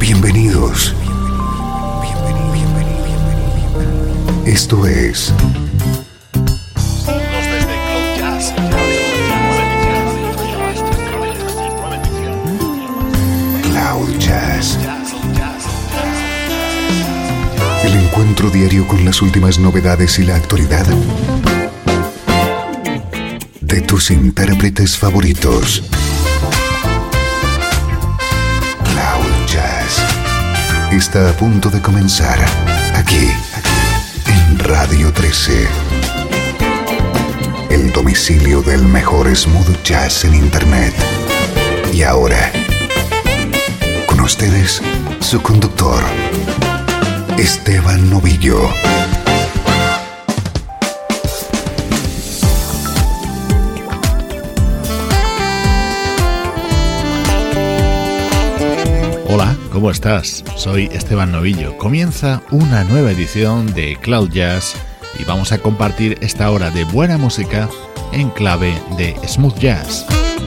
Bienvenidos. Esto es Cloud Jazz. El encuentro diario con las últimas novedades y la actualidad de tus intérpretes favoritos. Cloud Jazz está a punto de comenzar aquí en Radio 13. El domicilio del mejor smooth jazz en internet. Y ahora, con ustedes, su conductor, Esteban Novillo. Hola, ¿cómo estás? Soy Esteban Novillo. Comienza una nueva edición de Cloud Jazz y vamos a compartir esta hora de buena música en clave de smooth jazz.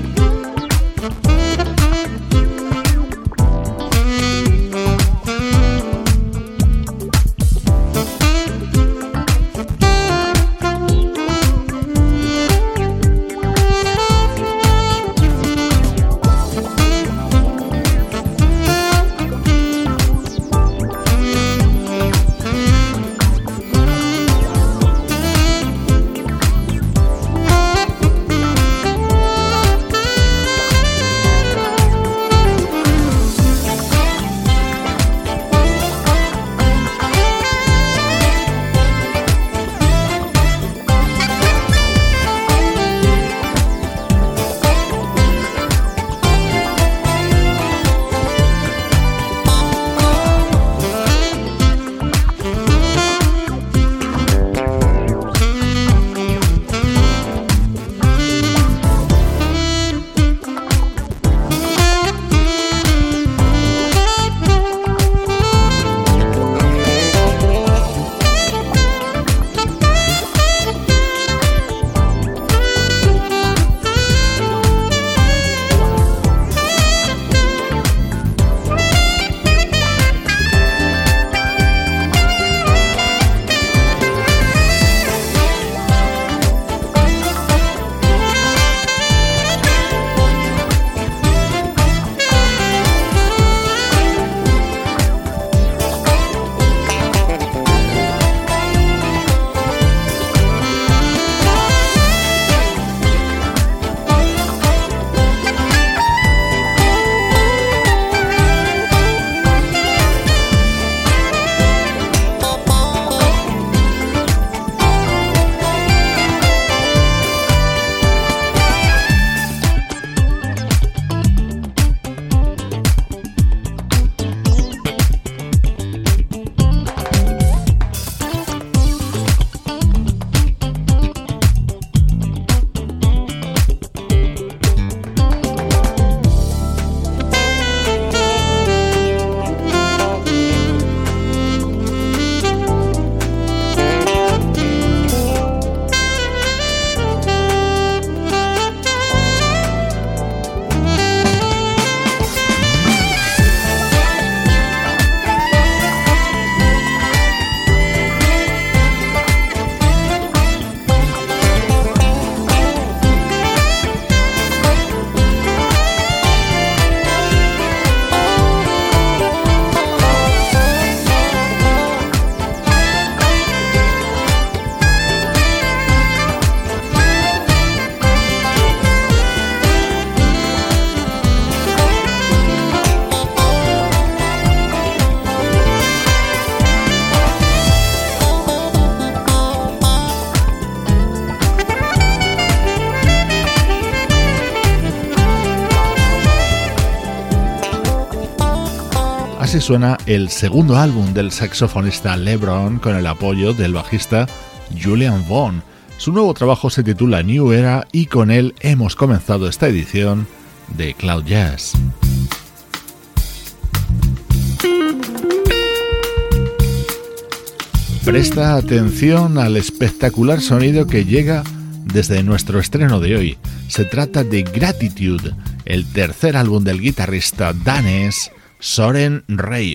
Así suena el segundo álbum del saxofonista LeBron con el apoyo del bajista Julian Vaughn. Su nuevo trabajo se titula New Era y con él hemos comenzado esta edición de Cloud Jazz. Presta atención al espectacular sonido que llega desde nuestro estreno de hoy. Se trata de Gratitude, el tercer álbum del guitarrista danés Soren Rave.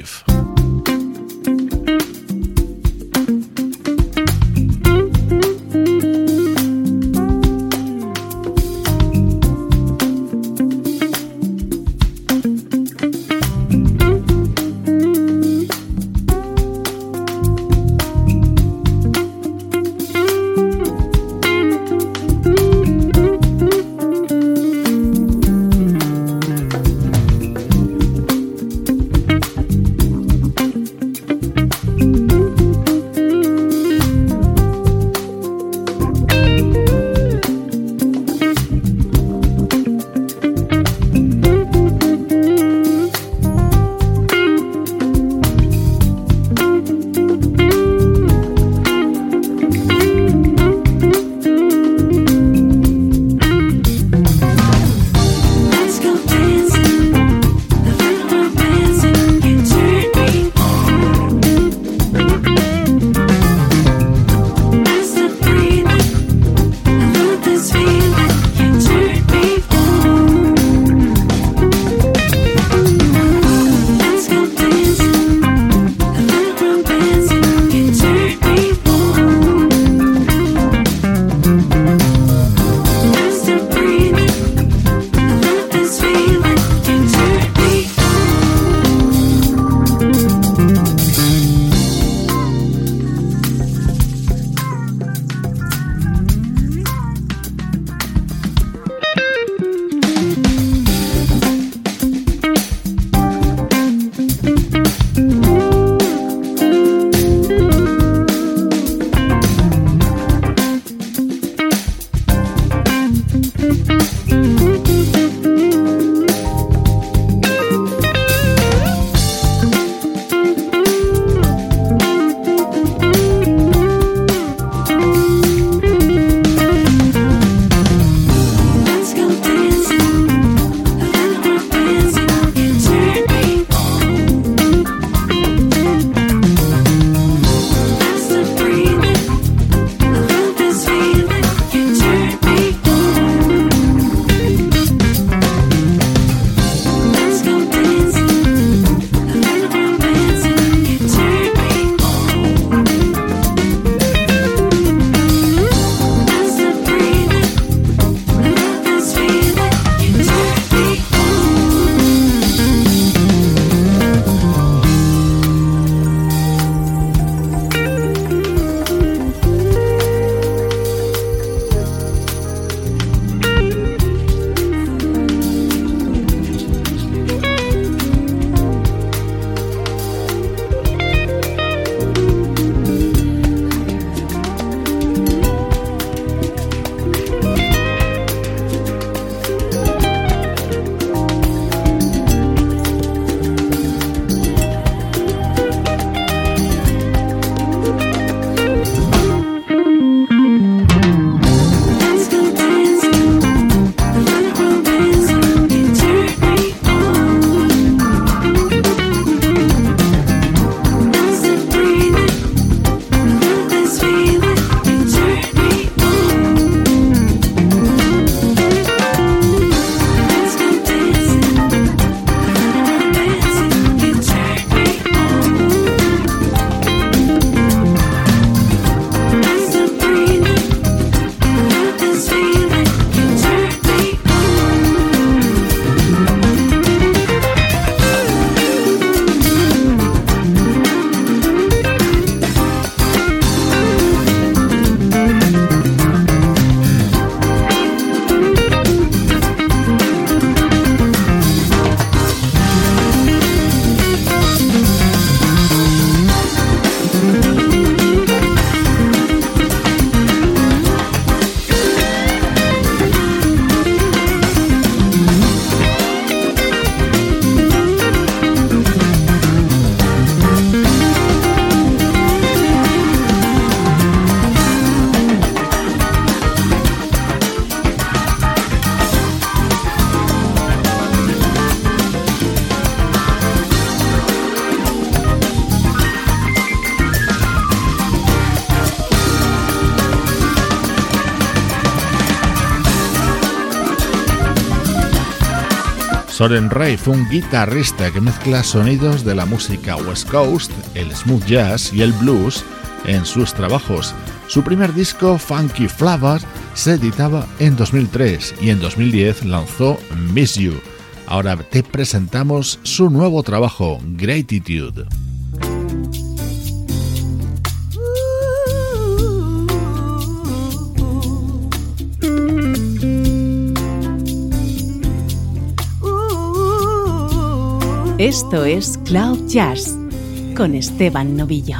Soren Reif, un guitarrista que mezcla sonidos de la música West Coast, el smooth jazz y el blues en sus trabajos. Su primer disco, Funky Flowers, se editaba en 2003 y en 2010 lanzó Miss You. Ahora te presentamos su nuevo trabajo, Gratitude. Esto es Cloud Jazz con Esteban Novillo.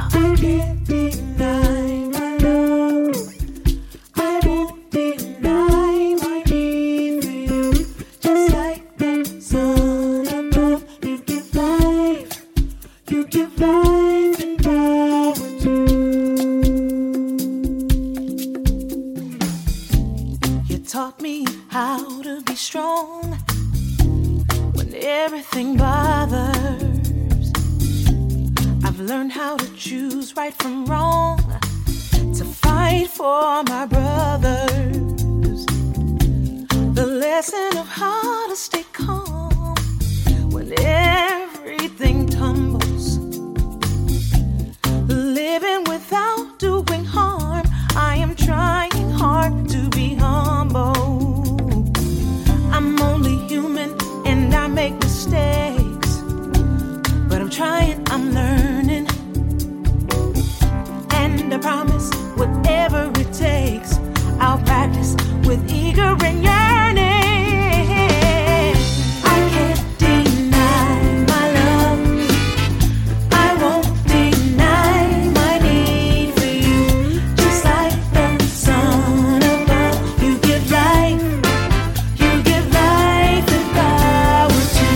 Everything bothers. I've learned how to choose right from wrong, to fight for my brothers. The lesson of how to stay calm when everything tumbles. Living without doing harm. I am trying hard to be humble. I'm only human and I make mistakes, but I'm trying, I'm learning, and I promise whatever it takes, I'll practice with eager and yearning. I can't deny my love, I won't deny my need for you. Just like the sun above, you give life, you give life and power to.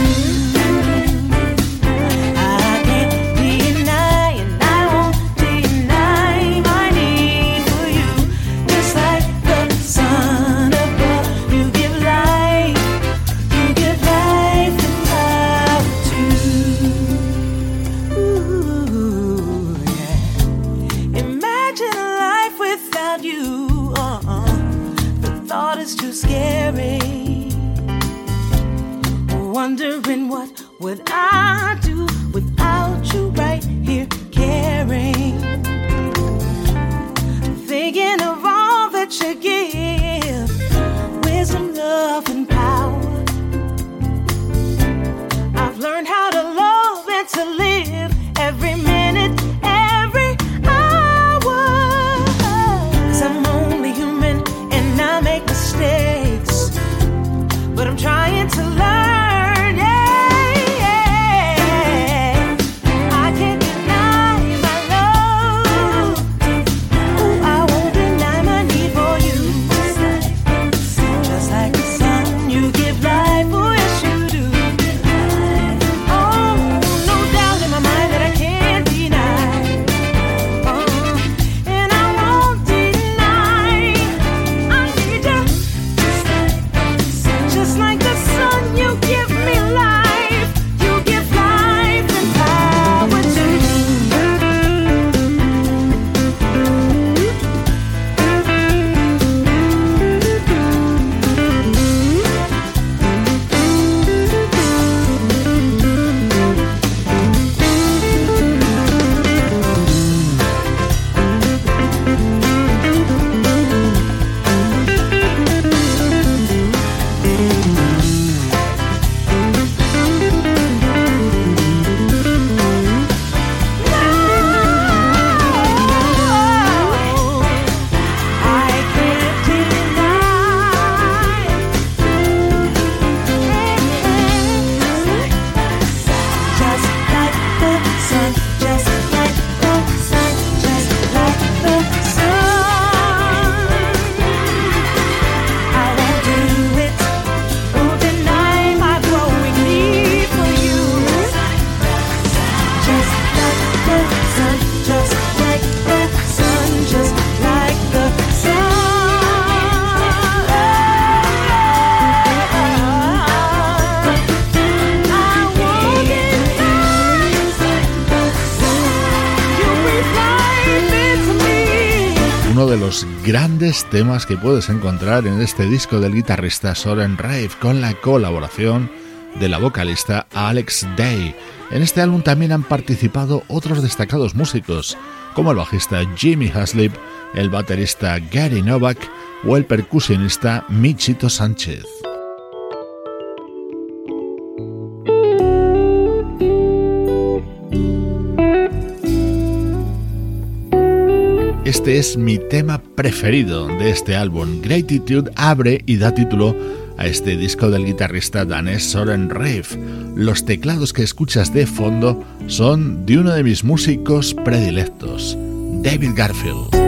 I can't deny and I won't deny my need for you. Just like the sun above, you give life and power to. Ooh, yeah. Imagine a life without you. The thought is too scary. Wondering what would I do without you right here caring. Thinking of all that you give, wisdom, love, and power. I've learned how to love and to live every minute, every hour. 'Cause I'm only human and I make mistakes, but I'm trying to learn. De los grandes temas que puedes encontrar en este disco del guitarrista Soren Reif, con la colaboración de la vocalista Alex Day. En este álbum también han participado otros destacados músicos, como el bajista Jimmy Haslip, el baterista Gary Novak o el percusionista Michito Sánchez. Este es mi tema preferido de este álbum. Gratitude abre y da título a este disco del guitarrista danés Søren Ryf. Los teclados que escuchas de fondo son de uno de mis músicos predilectos, David Garfield.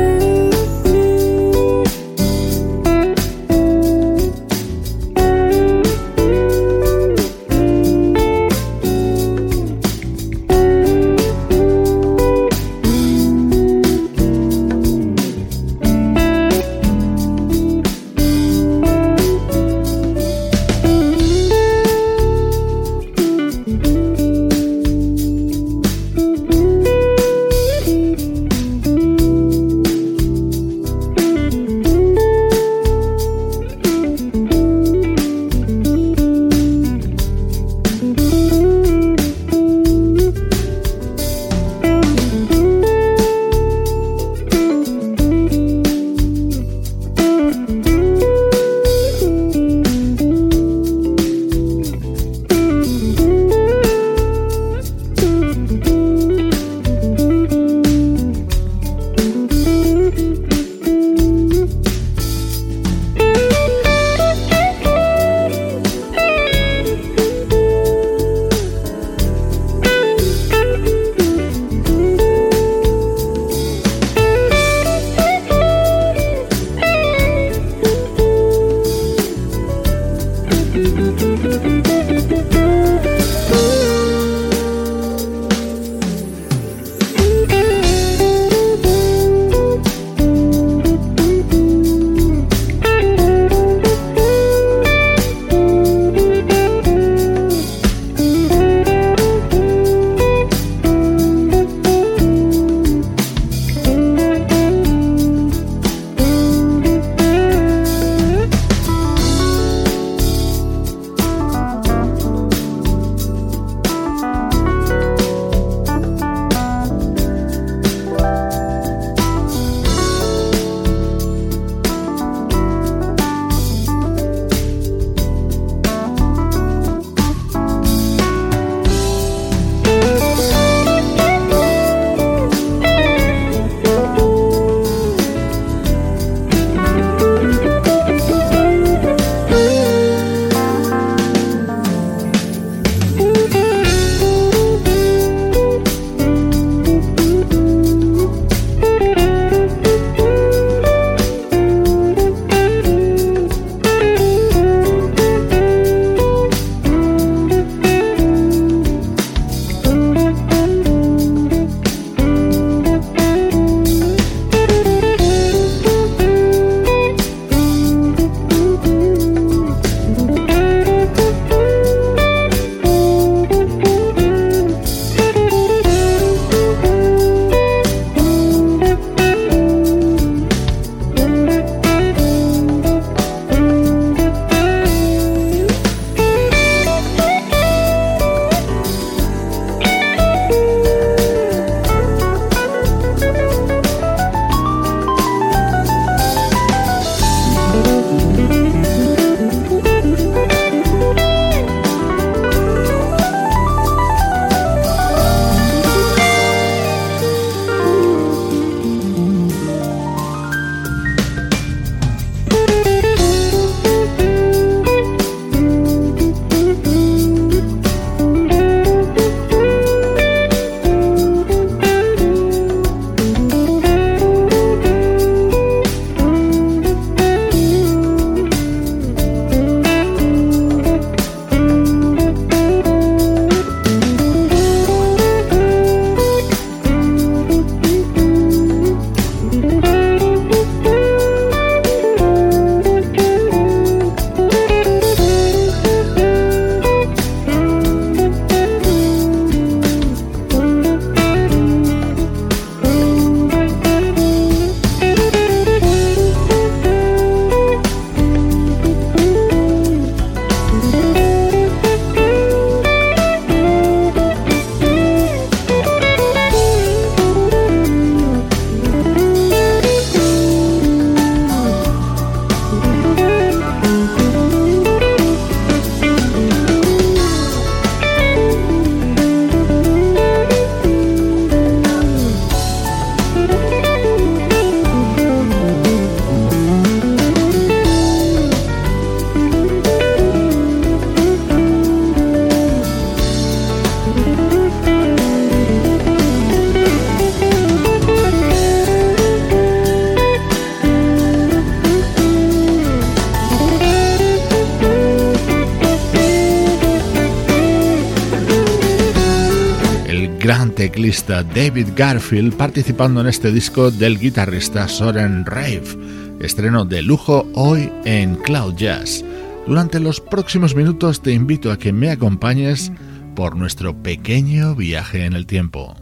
gran teclista David Garfield participando en este disco del guitarrista Soren Reif, estreno de lujo hoy en Cloud Jazz. Durante los próximos minutos te invito a que me acompañes por nuestro pequeño viaje en el tiempo.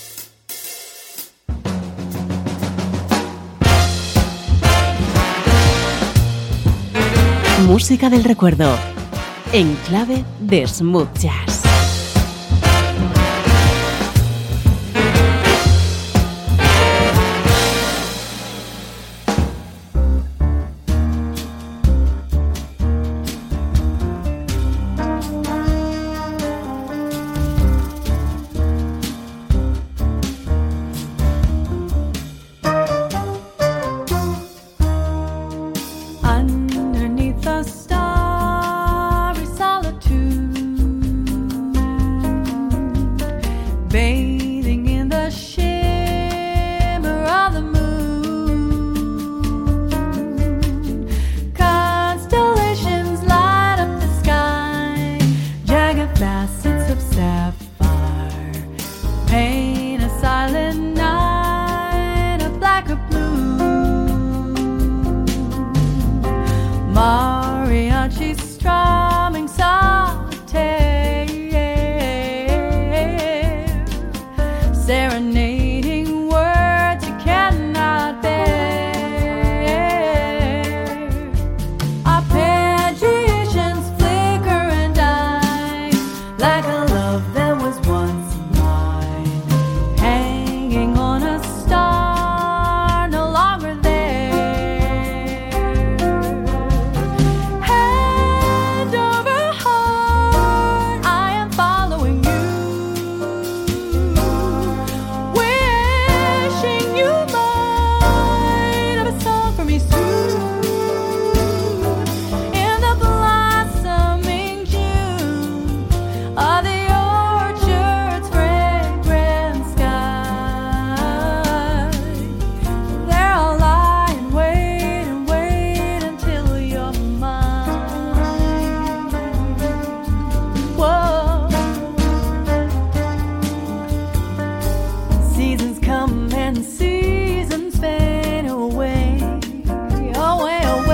Música del recuerdo, en clave de smooth jazz.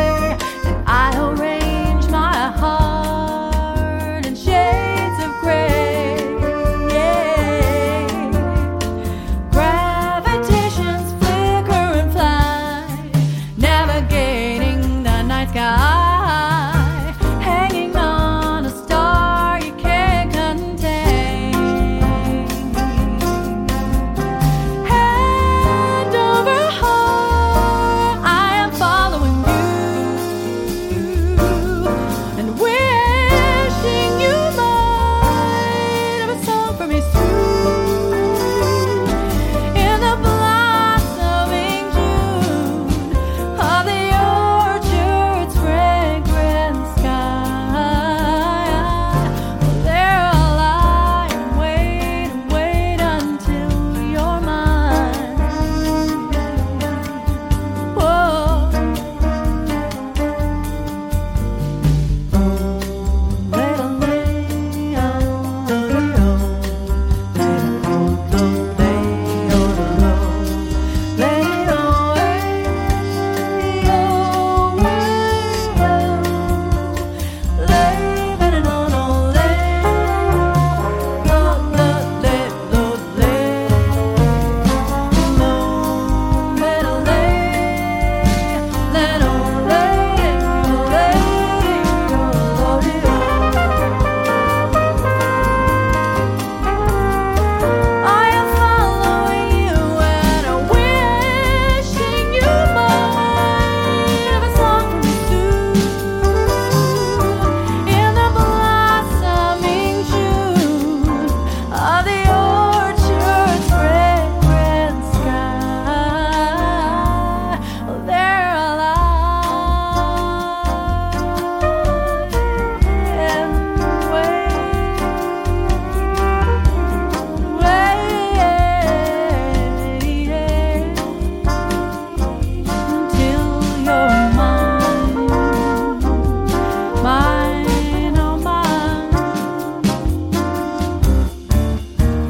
Away, and I arrange my heart in shades of gray.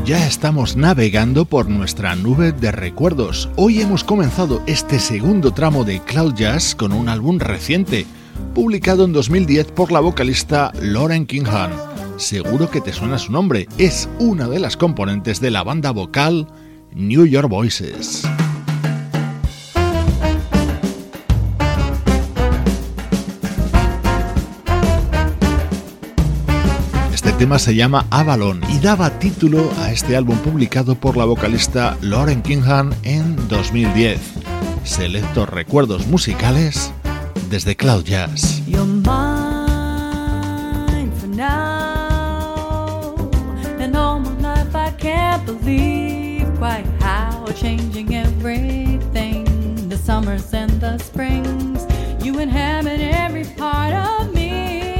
Ya estamos navegando por nuestra nube de recuerdos. Hoy hemos comenzado este segundo tramo de Cloud Jazz con un álbum reciente, publicado en 2010 por la vocalista Lauren Kingham. Seguro que te suena su nombre, es una de las componentes de la banda vocal New York Voices. El tema se llama Avalon y daba título a este álbum publicado por la vocalista Lauren Kingham en 2010. Selectos recuerdos musicales desde Cloud Jazz. You're mine for now, and all my life I can't believe quite how changing everything. The summers and the springs, you inhabit every part of me.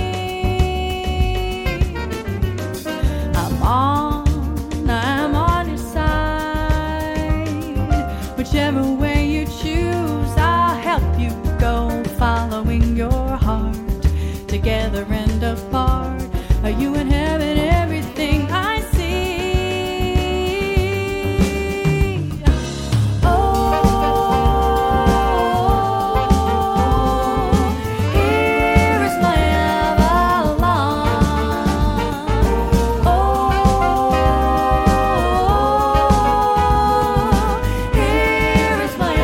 I'm on your side. Whichever way you choose, I'll help you go, following your heart. Together and apart, you inhabit everything I see. Oh, here is my Avalon. Oh, here is my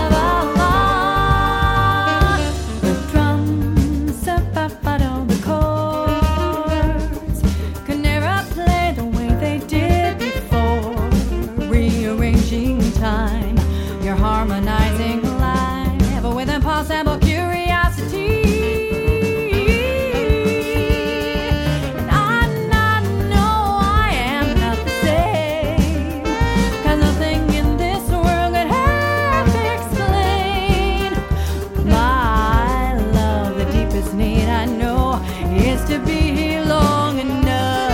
Avalon. The drums set by on the chords could never play the way they did before. Rearranging time, you're harmonizing life with impossible curiosity. And I know I am not the same, 'cause nothing in this world could have explained my love. The deepest need I know is to be here long enough.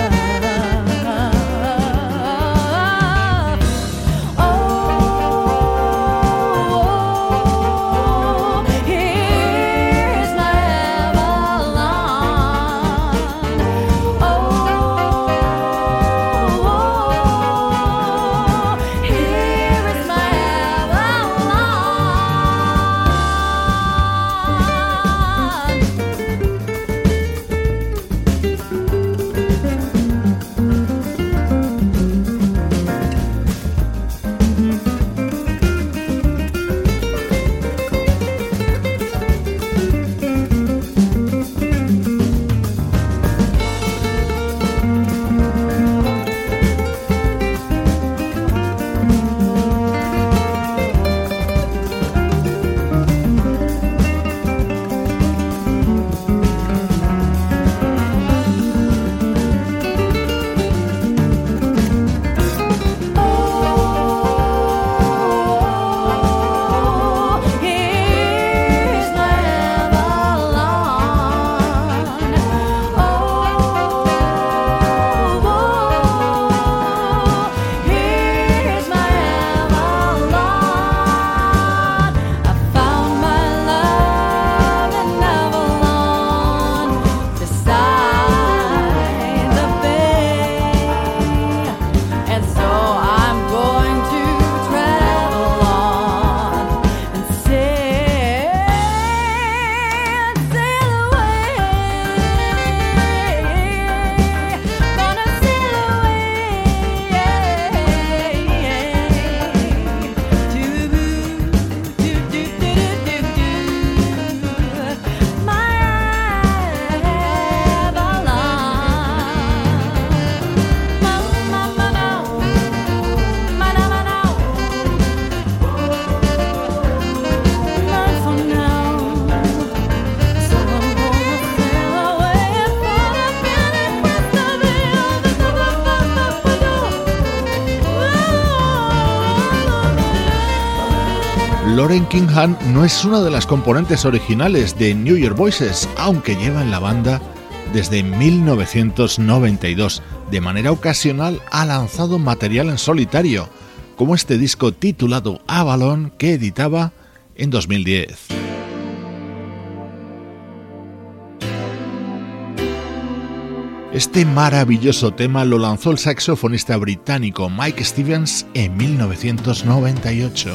Oh, here's my Avalon. Oh, here is my Lauren Kingham no es una de las componentes originales de New York Voices, aunque lleva en la banda desde 1992. De manera ocasional ha lanzado material en solitario, como este disco titulado Avalon que editaba en 2010. Este maravilloso tema lo lanzó el saxofonista británico Mike Stevens en 1998.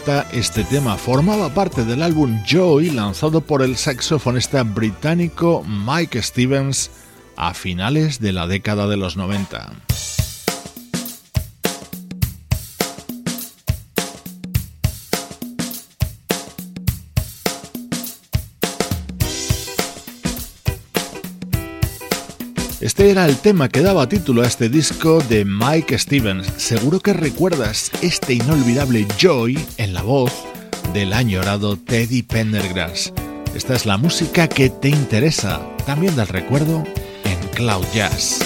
90 este tema formaba parte del álbum Joy lanzado por el saxofonista británico Mike Stevens a finales de la década de los 90. Este era el tema que daba título a este disco de Mike Stevens. Seguro que recuerdas este inolvidable Joy en la voz del añorado Teddy Pendergrass. Esta es la música que te interesa, también del recuerdo en Cloud Jazz.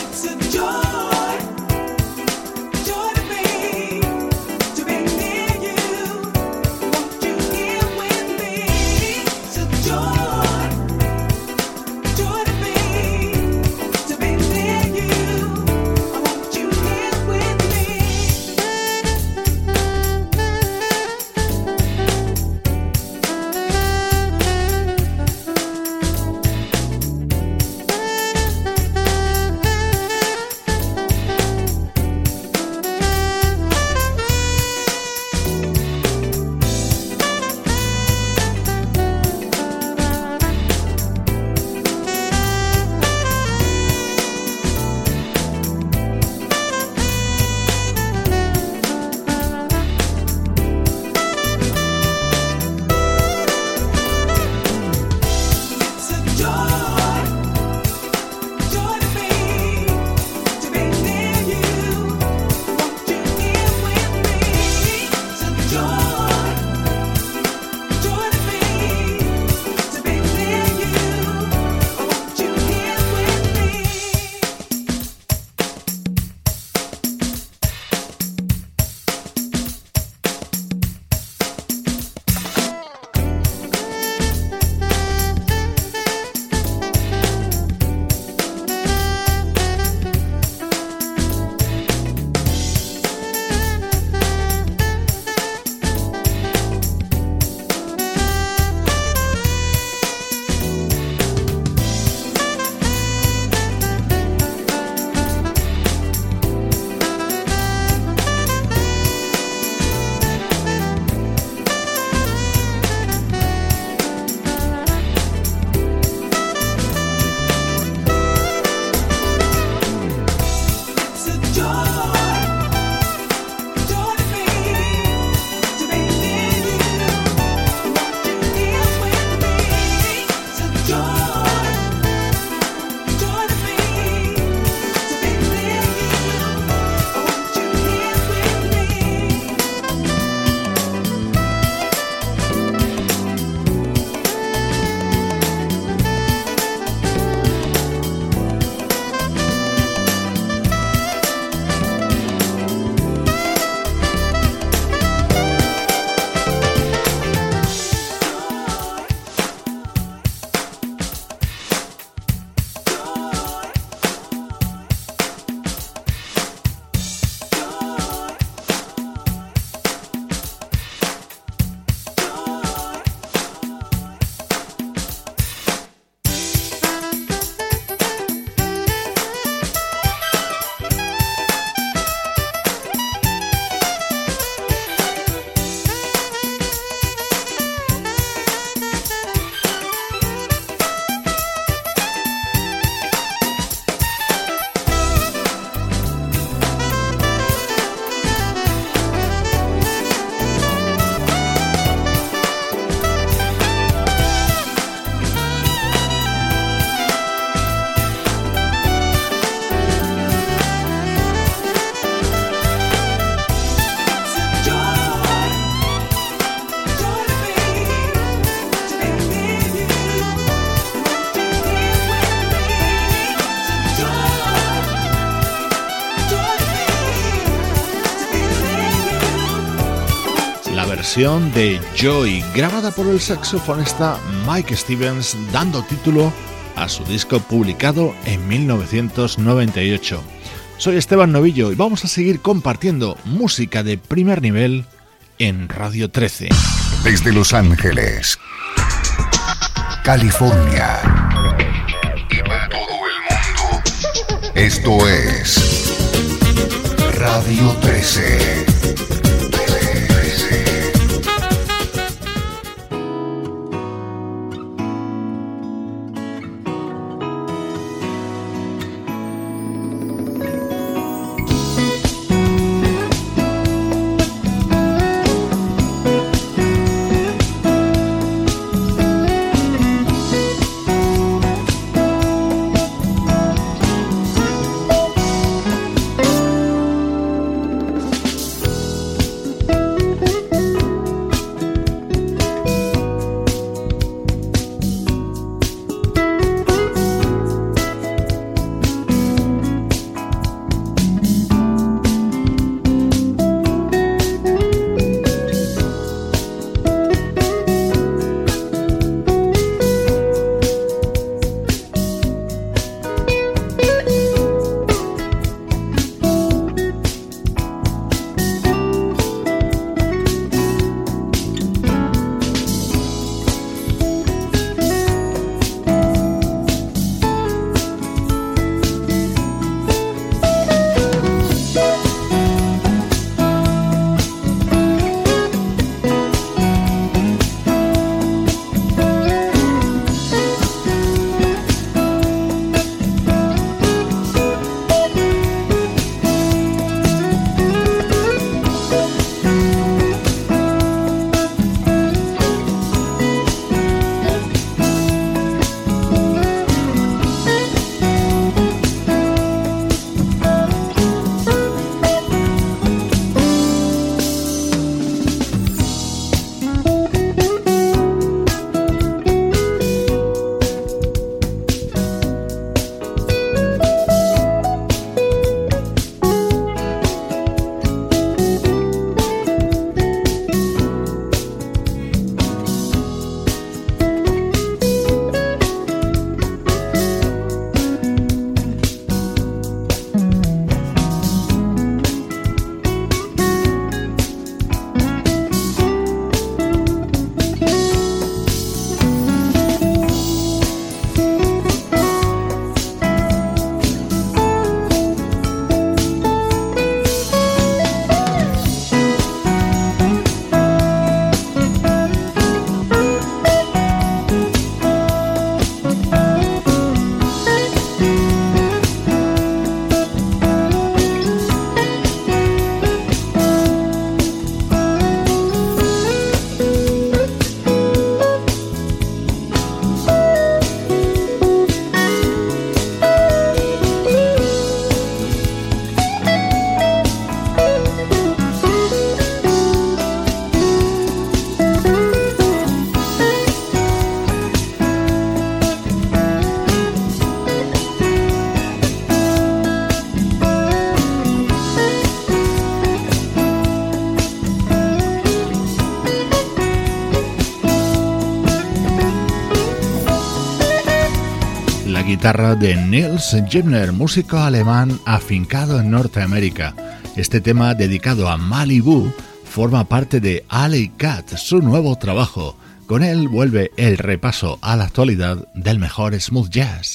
De Joy, grabada por el saxofonista Mike Stevens, dando título a su disco publicado en 1998. Soy Esteban Novillo y vamos a seguir compartiendo música de primer nivel en Radio 13. Desde Los Ángeles, California y para todo el mundo, esto es Radio 13. la guitarra de Nils Gibner, músico alemán afincado en Norteamérica. Este tema, dedicado a Malibu, forma parte de Alley Cat, su nuevo trabajo. Con él vuelve el repaso a la actualidad del mejor smooth jazz.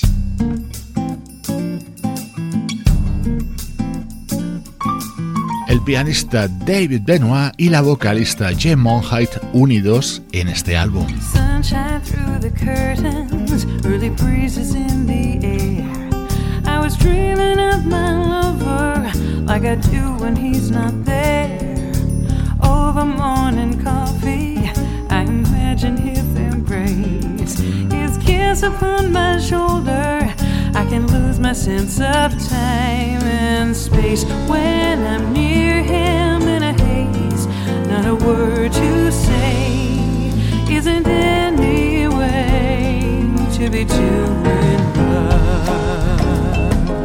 El pianista David Benoit y la vocalista Jem Monheit unidos en este álbum. Sunshine through the curtains, early breezes in the air. I was dreaming of my lover, like I do when he's not there. Over morning coffee, I imagine his embrace, his kiss upon my shoulder. I can lose my sense of time and space when I'm near him in a haze. Not a word to say isn't any way to be too in love.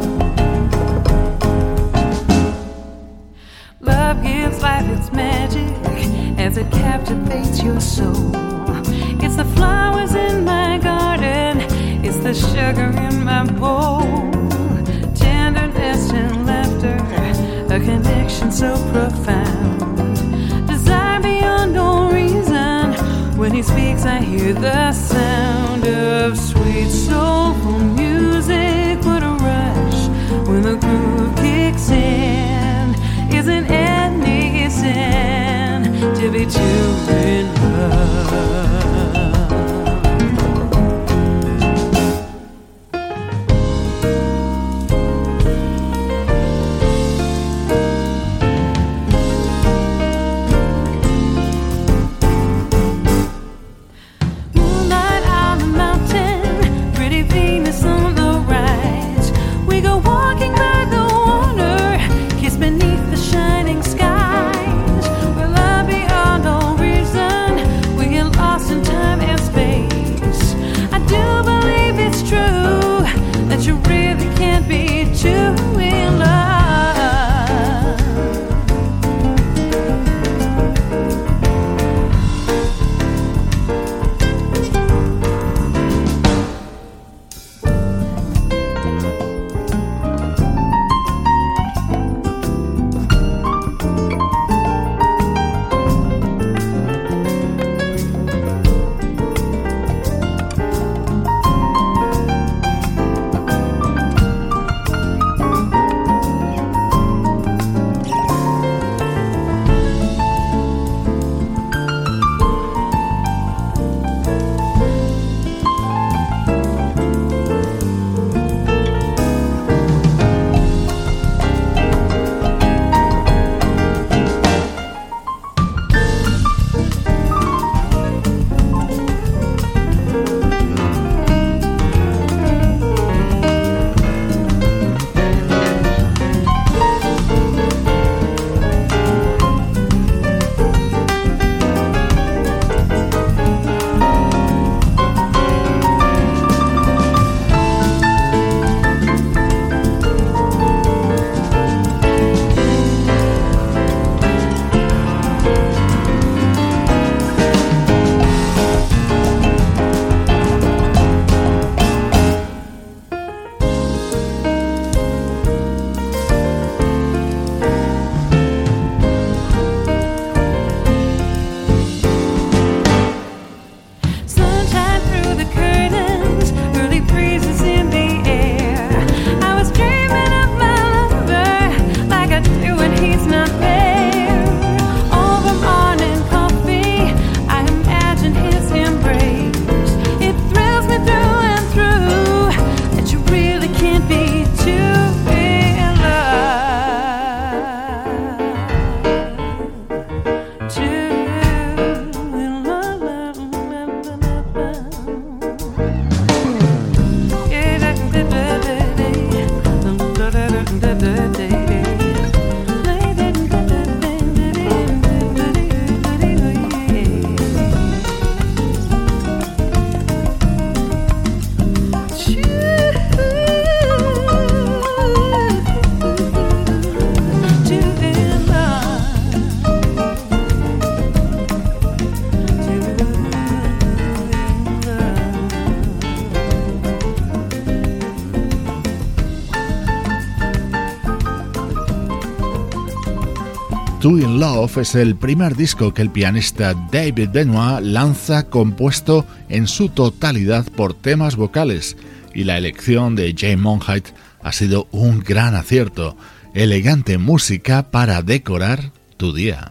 Love gives life its magic as it captivates your soul. It's the flowers in my garden, it's the sugar in my bowl. Tenderness and laughter, a connection so profound. Desire beyond all reason, when he speaks I hear the sound of sweet soulful music. What a rush when the groove kicks in. Isn't any sin to be too in love. Beneath the shining skies, where love beyond all reason Two in Love es el primer disco que el pianista David Benoit lanza compuesto en su totalidad por temas vocales, y la elección de Jane Monheit ha sido un gran acierto. Elegante música para decorar tu día.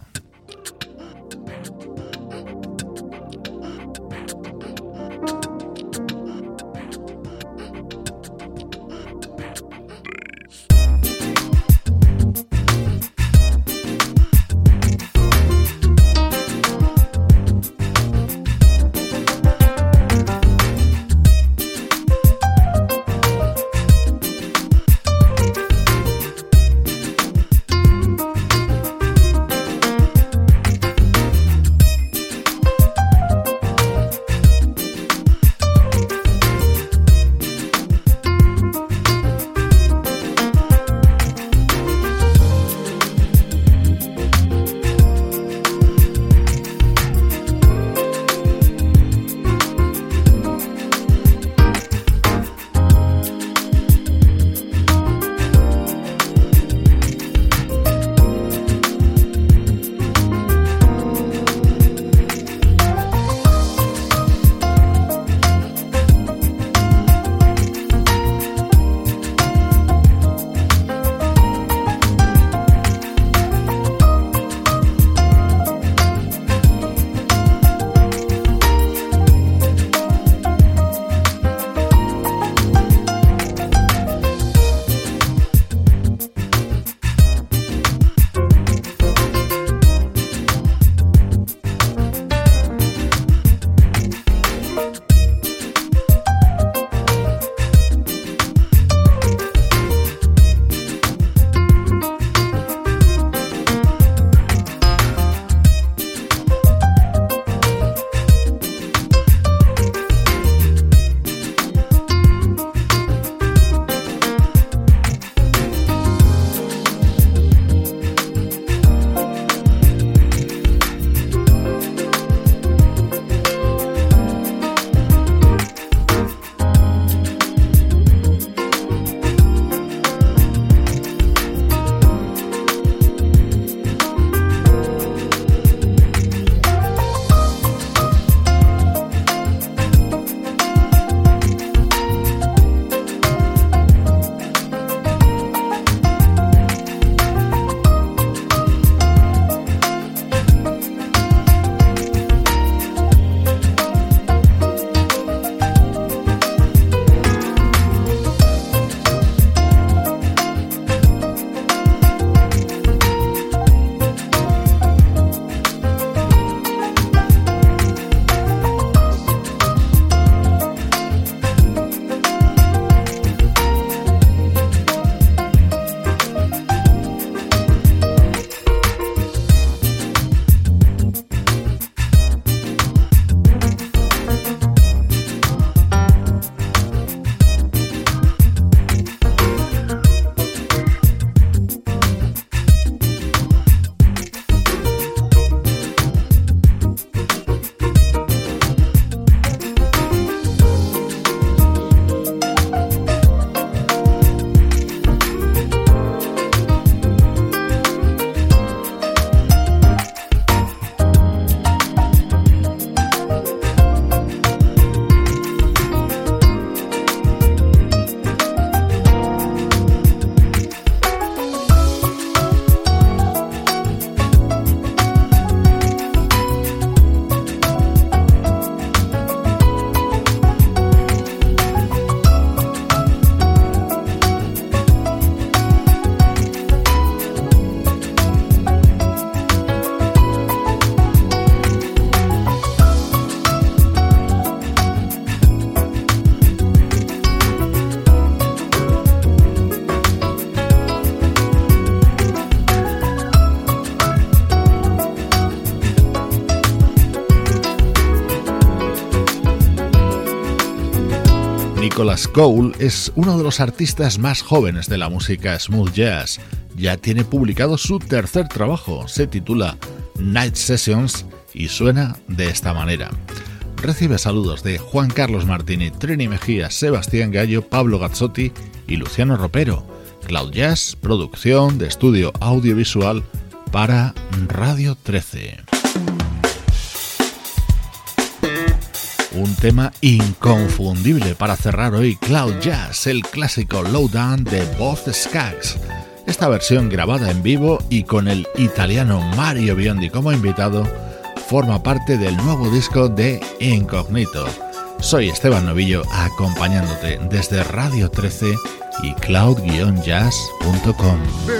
Nicholas Cole es uno de los artistas más jóvenes de la música smooth jazz. Ya tiene publicado su tercer trabajo, se titula Night Sessions y suena de esta manera. Recibe saludos de Juan Carlos Martini, Trini Mejía, Sebastián Gallo, Pablo Gazzotti y Luciano Ropero. Cloud Jazz, producción de estudio audiovisual para Radio 13. Un tema inconfundible para cerrar hoy Cloud Jazz, el clásico Lowdown de Both Skaggs. Esta versión grabada en vivo y con el italiano Mario Biondi como invitado forma parte del nuevo disco de Incognito. Soy Esteban Novillo acompañándote desde Radio 13 y cloud-jazz.com.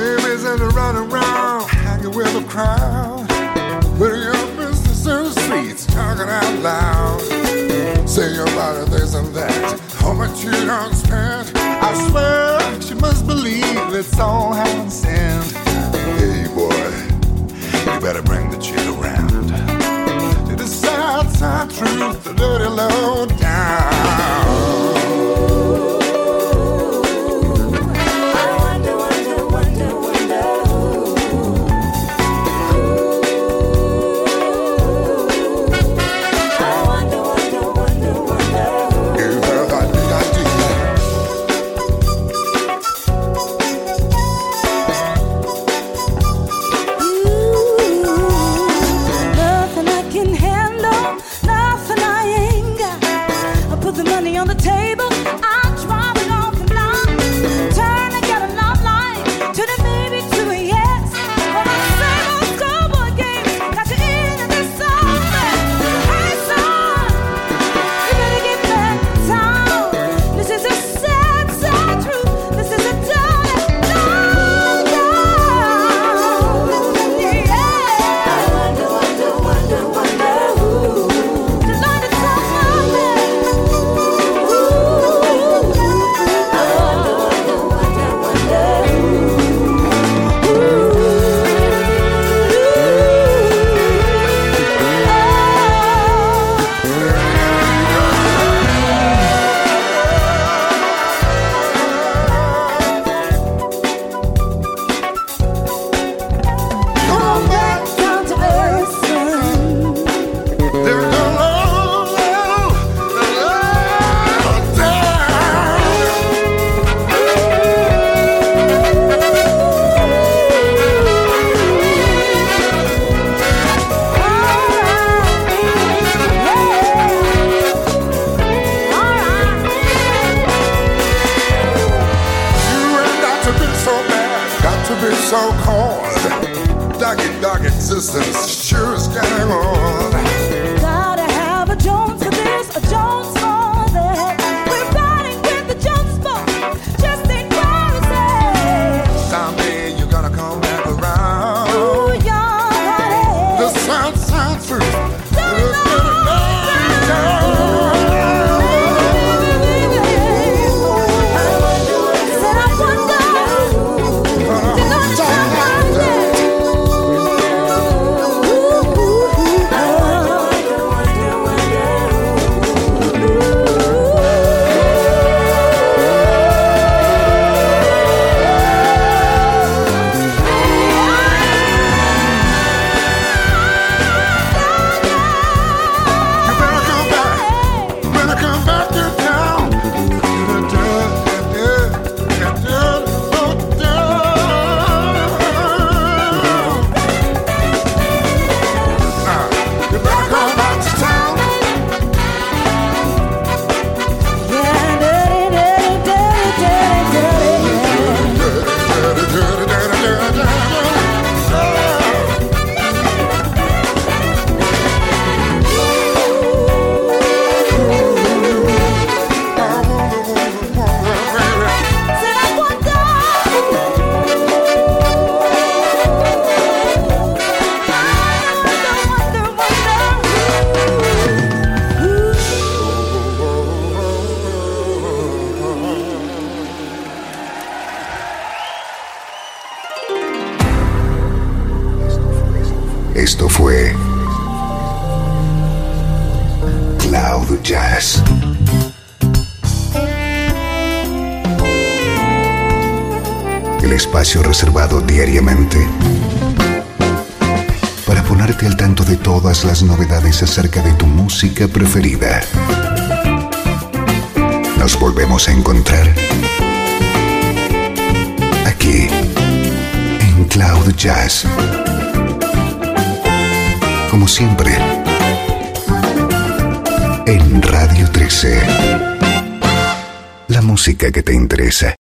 Say about it, this and that. How much you don't spend? I swear she must believe it's all hand sent. Hey boy, you better bring the chick around to the side truth, the dirty low down. Esto fue Cloud Jazz. El espacio reservado diariamente para ponerte al tanto de todas las novedades acerca de tu música preferida. Nos volvemos a encontrar aquí en Cloud Jazz. como siempre, en Radio 13. La música que te interesa.